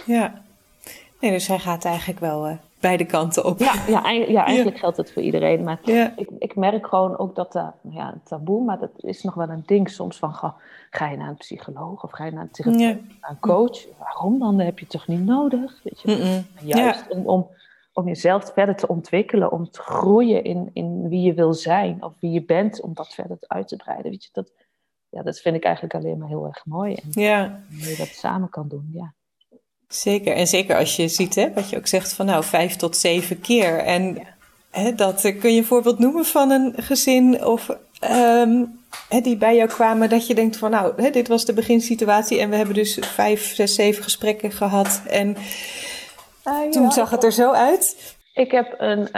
Nee, dus hij gaat eigenlijk wel beide kanten op. Eigenlijk geldt het voor iedereen. Maar ik merk gewoon ook dat een taboe, maar dat is nog wel een ding soms van, ga je naar een psycholoog of ga je naar een therapeut, naar een coach? Waarom dan? Dat heb je toch niet nodig? Weet je? Juist om jezelf verder te ontwikkelen, om te groeien in wie je wil zijn of wie je bent, om dat verder uit te breiden. Weet je, dat vind ik eigenlijk alleen maar heel erg mooi. En hoe je dat samen kan doen, Zeker, en zeker als je ziet, wat je ook zegt van 5 tot 7 keer. En dat kun je een voorbeeld noemen van een gezin of die bij jou kwamen dat je denkt van dit was de beginsituatie en we hebben dus 5, 6, 7 gesprekken gehad en toen zag het er zo uit. Ik heb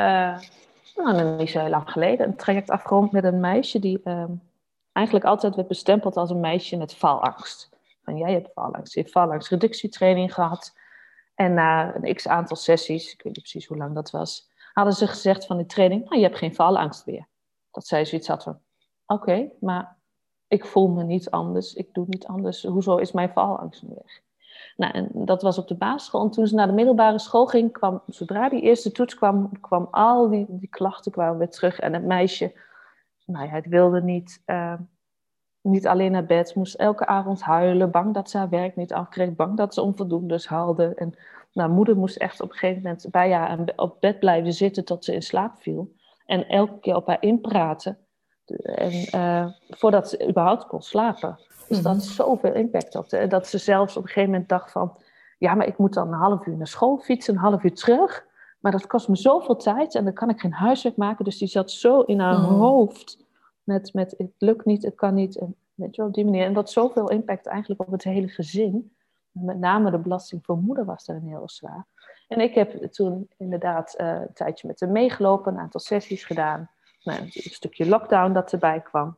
niet zo heel lang geleden een traject afgerond met een meisje die eigenlijk altijd werd bestempeld als een meisje met faalangst. Van jij hebt faalangst. Je hebt faalangstreductietraining gehad. En na een x-aantal sessies, ik weet niet precies hoe lang dat was, hadden ze gezegd van die training, je hebt geen faalangst meer. Dat zij zoiets had van, oké, maar ik voel me niet anders, ik doe niet anders. Hoezo is mijn faalangst nu weg? Nou, en dat was op de basisschool. En toen ze naar de middelbare school ging, zodra die eerste toets kwam al die klachten kwamen weer terug. En het meisje, het wilde niet alleen naar bed, moest elke avond huilen, bang dat ze haar werk niet afkreeg, bang dat ze onvoldoendes haalde. En moeder moest echt op een gegeven moment bij haar op bed blijven zitten tot ze in slaap viel. En elke keer op haar inpraten. En voordat ze überhaupt kon slapen. Dus dat had zoveel impact op. En dat ze zelfs op een gegeven moment dacht van, maar ik moet dan een half uur naar school fietsen, een half uur terug. Maar dat kost me zoveel tijd en dan kan ik geen huiswerk maken. Dus die zat zo in haar hoofd met het lukt niet, het kan niet. En, weet je, op die manier. En dat zoveel impact eigenlijk op het hele gezin. Met name de belasting voor moeder was daarin heel zwaar. En ik heb toen inderdaad een tijdje met hem meegelopen, een aantal sessies gedaan. Een stukje lockdown dat erbij kwam.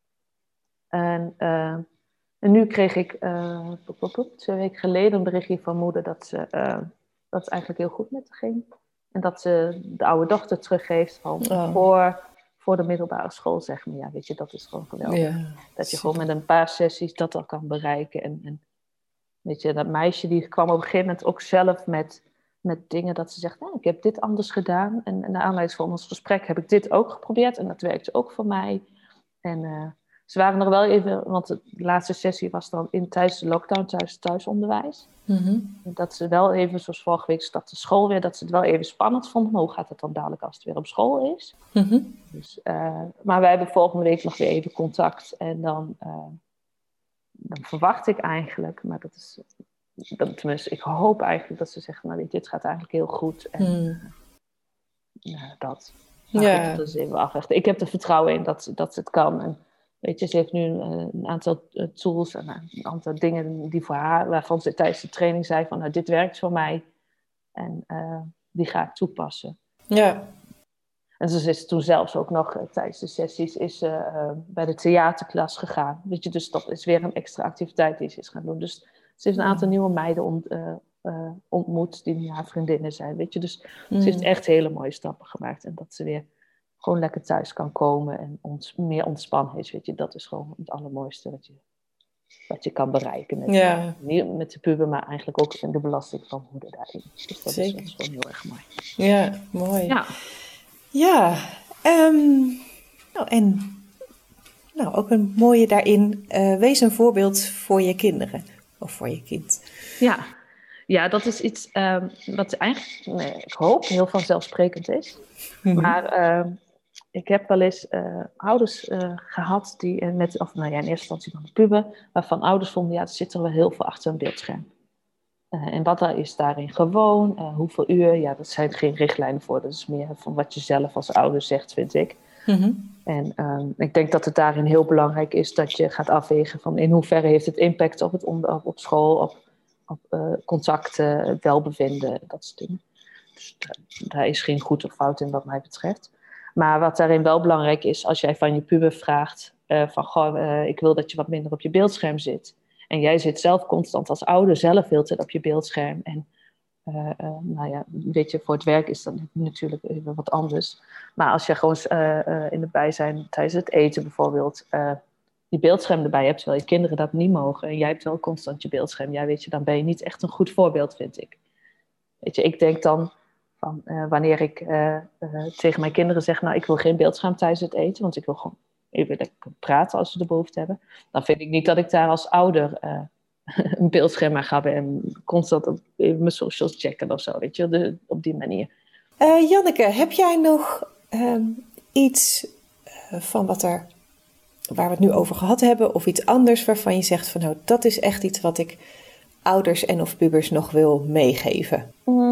En nu kreeg ik 2 weken geleden een berichtje van moeder dat het eigenlijk heel goed met haar ging. En dat ze de oude dochter teruggeeft voor de middelbare school, zeg maar. Ja, weet je, dat is gewoon geweldig. Ja, dat je gewoon met een paar sessies dat al kan bereiken. En weet je, dat meisje die kwam op een gegeven moment ook zelf met dingen dat ze zegt, ik heb dit anders gedaan. En naar aanleiding van ons gesprek heb ik dit ook geprobeerd. En dat werkte ook voor mij. En ze waren nog wel even, want de laatste sessie was dan tijdens de lockdown, tijdens het thuisonderwijs. Mm-hmm. Dat ze wel even, zoals vorige week startte school weer, dat ze het wel even spannend vonden. Maar hoe gaat het dan dadelijk als het weer op school is? Mm-hmm. Dus, maar wij hebben volgende week nog weer even contact. En dan verwacht ik eigenlijk, maar tenminste, ik hoop eigenlijk dat ze zeggen, dit gaat eigenlijk heel goed. En dat. Maar goed, dat is even afwachten. Ik heb er vertrouwen in dat het kan. En weet je, ze heeft nu een aantal tools en een aantal dingen die voor haar, waarvan ze tijdens de training zei van, dit werkt voor mij. En die ga ik toepassen. Ja. En ze is toen zelfs ook nog tijdens de sessies bij de theaterklas gegaan. Weet je, dus dat is weer een extra activiteit die ze is gaan doen. Dus ze heeft een aantal nieuwe meiden ontmoet die nu haar vriendinnen zijn. Weet je? Dus ze heeft echt hele mooie stappen gemaakt. En dat ze weer gewoon lekker thuis kan komen en meer ontspannen is. Weet je? Dat is gewoon het allermooiste wat je kan bereiken. Niet met de puber, maar eigenlijk ook in de belasting van moeder daarin. Dus dat is gewoon heel erg mooi. Ja, mooi. Ook een mooie daarin. Wees een voorbeeld voor je kinderen. Of voor je kind. Ja, dat is iets wat eigenlijk, ik hoop, heel vanzelfsprekend is. Mm-hmm. Maar ik heb wel eens ouders gehad die in eerste instantie van de puber, waarvan ouders vonden, er zit er wel heel veel achter een beeldscherm. En wat is daarin gewoon? Hoeveel uur? Ja, dat zijn geen richtlijnen voor. Dat is meer van wat je zelf als ouder zegt, vind ik. Mm-hmm. En ik denk dat het daarin heel belangrijk is dat je gaat afwegen van in hoeverre heeft het impact op school, op contacten, welbevinden, dat soort dingen. Dus daar is geen goed of fout in wat mij betreft. Maar wat daarin wel belangrijk is, als jij van je puber vraagt ik wil dat je wat minder op je beeldscherm zit. En jij zit zelf constant als ouder zelf heel tijd op je beeldscherm. En weet je, voor het werk is dat natuurlijk even wat anders. Maar als je gewoon in de bijzijn tijdens het eten bijvoorbeeld je beeldscherm erbij hebt, terwijl je kinderen dat niet mogen. En jij hebt wel constant je beeldscherm. Ja, weet je, dan ben je niet echt een goed voorbeeld, vind ik. Weet je, ik denk dan van wanneer ik tegen mijn kinderen zeg, ik wil geen beeldscherm tijdens het eten, want ik wil gewoon even lekker praten als ze de behoefte hebben. Dan vind ik niet dat ik daar als ouder een beeldscherm aan ga en constant op mijn socials checken of zo, weet je, op die manier. Janneke, heb jij nog iets van waar we het nu over gehad hebben, of iets anders waarvan je zegt van dat is echt iets wat ik ouders en of pubers nog wil meegeven?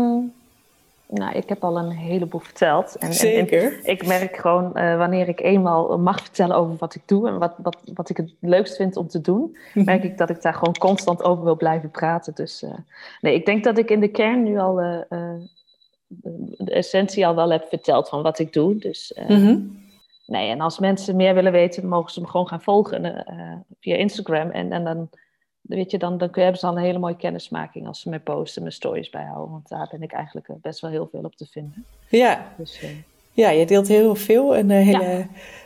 Ik heb al een heleboel verteld. Zeker. En ik merk gewoon, wanneer ik eenmaal mag vertellen over wat ik doe en wat ik het leukst vind om te doen, merk ik dat ik daar gewoon constant over wil blijven praten. Dus ik denk dat ik in de kern nu al de essentie al wel heb verteld van wat ik doe. Dus en als mensen meer willen weten, mogen ze me gewoon gaan volgen via Instagram. En dan, weet je, dan hebben ze al een hele mooie kennismaking als ze mij posten, mijn stories bijhouden. Want daar ben ik eigenlijk best wel heel veel op te vinden. Ja, dus, je deelt heel veel. En hele,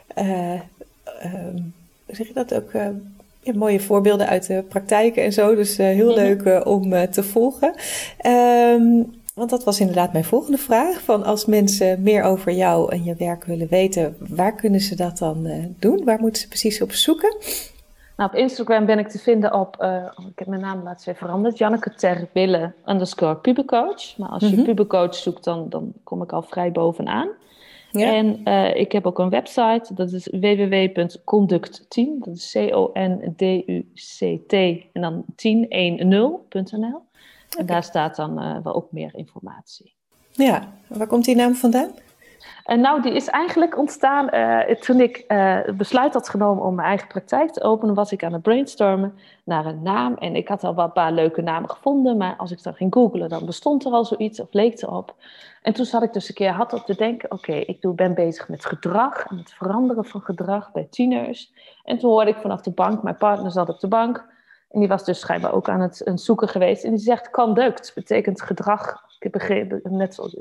hoe zeg je dat ook? Mooie voorbeelden uit de praktijk en zo. Dus heel leuk om te volgen. Want dat was inderdaad mijn volgende vraag. Van als mensen meer over jou en je werk willen weten, waar kunnen ze dat dan doen? Waar moeten ze precies op zoeken? Op Instagram ben ik te vinden op, ik heb mijn naam laatst weer veranderd, Janneke ter Wille _pubercoach. Maar als je pubercoach zoekt, dan kom ik al vrij bovenaan. Ja. En ik heb ook een website, dat is www.conduct10, dat is CONDUCT en dan 1010.nl. En daar staat dan wel ook meer informatie. Ja, waar komt die naam vandaan? Die is eigenlijk ontstaan toen ik het besluit had genomen om mijn eigen praktijk te openen, was ik aan het brainstormen naar een naam. En ik had al wel een paar leuke namen gevonden, maar als ik dan ging googlen, dan bestond er al zoiets of leek erop. En toen zat ik dus een keer hardop te denken, ik ben bezig met gedrag en het veranderen van gedrag bij tieners. En toen hoorde ik vanaf de bank, mijn partner zat op de bank en die was dus schijnbaar ook aan het zoeken geweest. En die zegt conduct, betekent gedrag. Ik heb begrepen, net zoals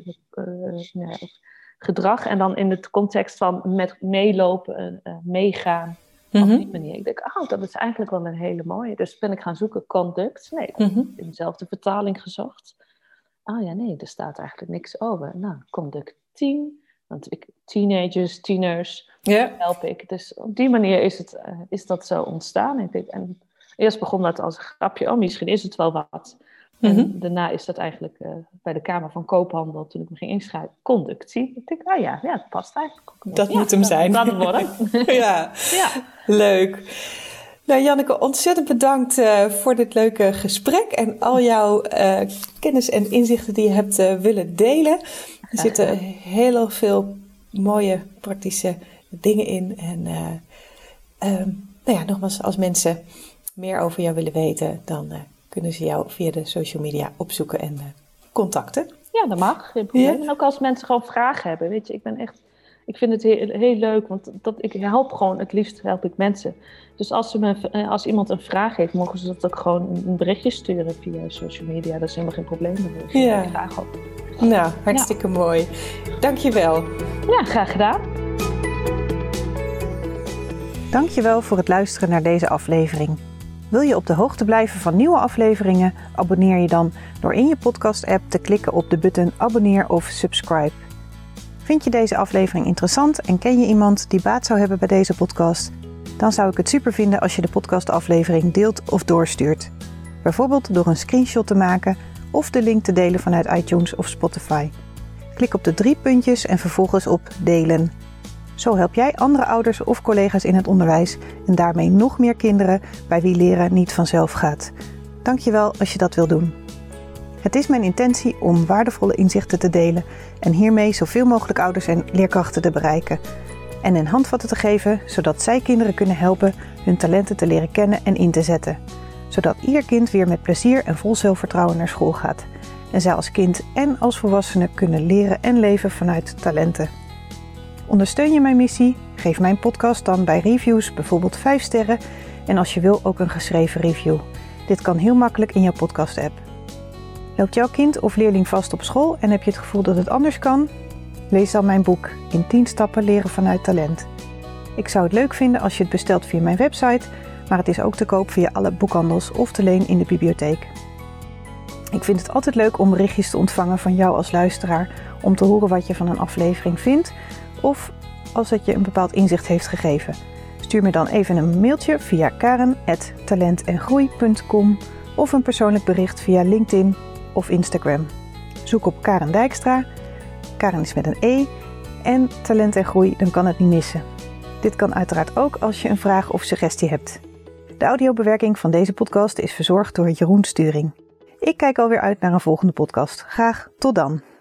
gedrag en dan in de context van met meelopen, meegaan op die manier. Ik denk, dat is eigenlijk wel een hele mooie. Dus ben ik gaan zoeken, conduct. Nee, ik heb in dezelfde vertaling gezocht. Er staat eigenlijk niks over. Conduct 10, want tieners, help ik. Dus op die manier is dat zo ontstaan. Ik denk, en eerst begon dat als een grapje, misschien is het wel wat. En daarna is dat eigenlijk bij de Kamer van Koophandel, toen ik me ging inschrijven, conductie. Ik denk, dat past eigenlijk ook. Dat moet hem zijn. Dat worden. Ja, leuk. Nou, Janneke, ontzettend bedankt voor dit leuke gesprek en al jouw kennis en inzichten die je hebt willen delen. Er zitten heel veel mooie praktische dingen in. En nogmaals, als mensen meer over jou willen weten, dan kunnen ze jou via de social media opzoeken en contacten. Ja, dat mag. Geen probleem. Ja. En ook als mensen gewoon vragen hebben. Weet je, ik ben echt Ik vind het heel leuk, want ik help gewoon, het liefst help ik mensen. Dus als iemand een vraag heeft, mogen ze dat ook gewoon een berichtje sturen via social media. Dat is helemaal geen probleem. Daar geef ik graag op. Nou, hartstikke mooi. Dankjewel. Ja, graag gedaan. Dankjewel voor het luisteren naar deze aflevering. Wil je op de hoogte blijven van nieuwe afleveringen? Abonneer je dan door in je podcast-app te klikken op de button abonneer of subscribe. Vind je deze aflevering interessant en ken je iemand die baat zou hebben bij deze podcast? Dan zou ik het super vinden als je de podcastaflevering deelt of doorstuurt. Bijvoorbeeld door een screenshot te maken of de link te delen vanuit iTunes of Spotify. Klik op de 3 puntjes en vervolgens op delen. Zo help jij andere ouders of collega's in het onderwijs en daarmee nog meer kinderen bij wie leren niet vanzelf gaat. Dankjewel als je dat wil doen. Het is mijn intentie om waardevolle inzichten te delen en hiermee zoveel mogelijk ouders en leerkrachten te bereiken. En hen handvatten te geven, zodat zij kinderen kunnen helpen hun talenten te leren kennen en in te zetten. Zodat ieder kind weer met plezier en vol zelfvertrouwen naar school gaat. En zij als kind en als volwassene kunnen leren en leven vanuit talenten. Ondersteun je mijn missie? Geef mijn podcast dan bij reviews bijvoorbeeld 5 sterren en als je wil ook een geschreven review. Dit kan heel makkelijk in jouw podcast-app. Loopt jouw kind of leerling vast op school en heb je het gevoel dat het anders kan? Lees dan mijn boek In 10 stappen leren vanuit talent. Ik zou het leuk vinden als je het bestelt via mijn website, maar het is ook te koop via alle boekhandels of te leen in de bibliotheek. Ik vind het altijd leuk om berichtjes te ontvangen van jou als luisteraar om te horen wat je van een aflevering vindt of als het je een bepaald inzicht heeft gegeven. Stuur me dan even een mailtje via karen@talentengroei.com of een persoonlijk bericht via LinkedIn of Instagram. Zoek op Karen Dijkstra, Karen is met een E, en Talent en Groei, dan kan het niet missen. Dit kan uiteraard ook als je een vraag of suggestie hebt. De audiobewerking van deze podcast is verzorgd door Jeroen Sturing. Ik kijk alweer uit naar een volgende podcast. Graag tot dan!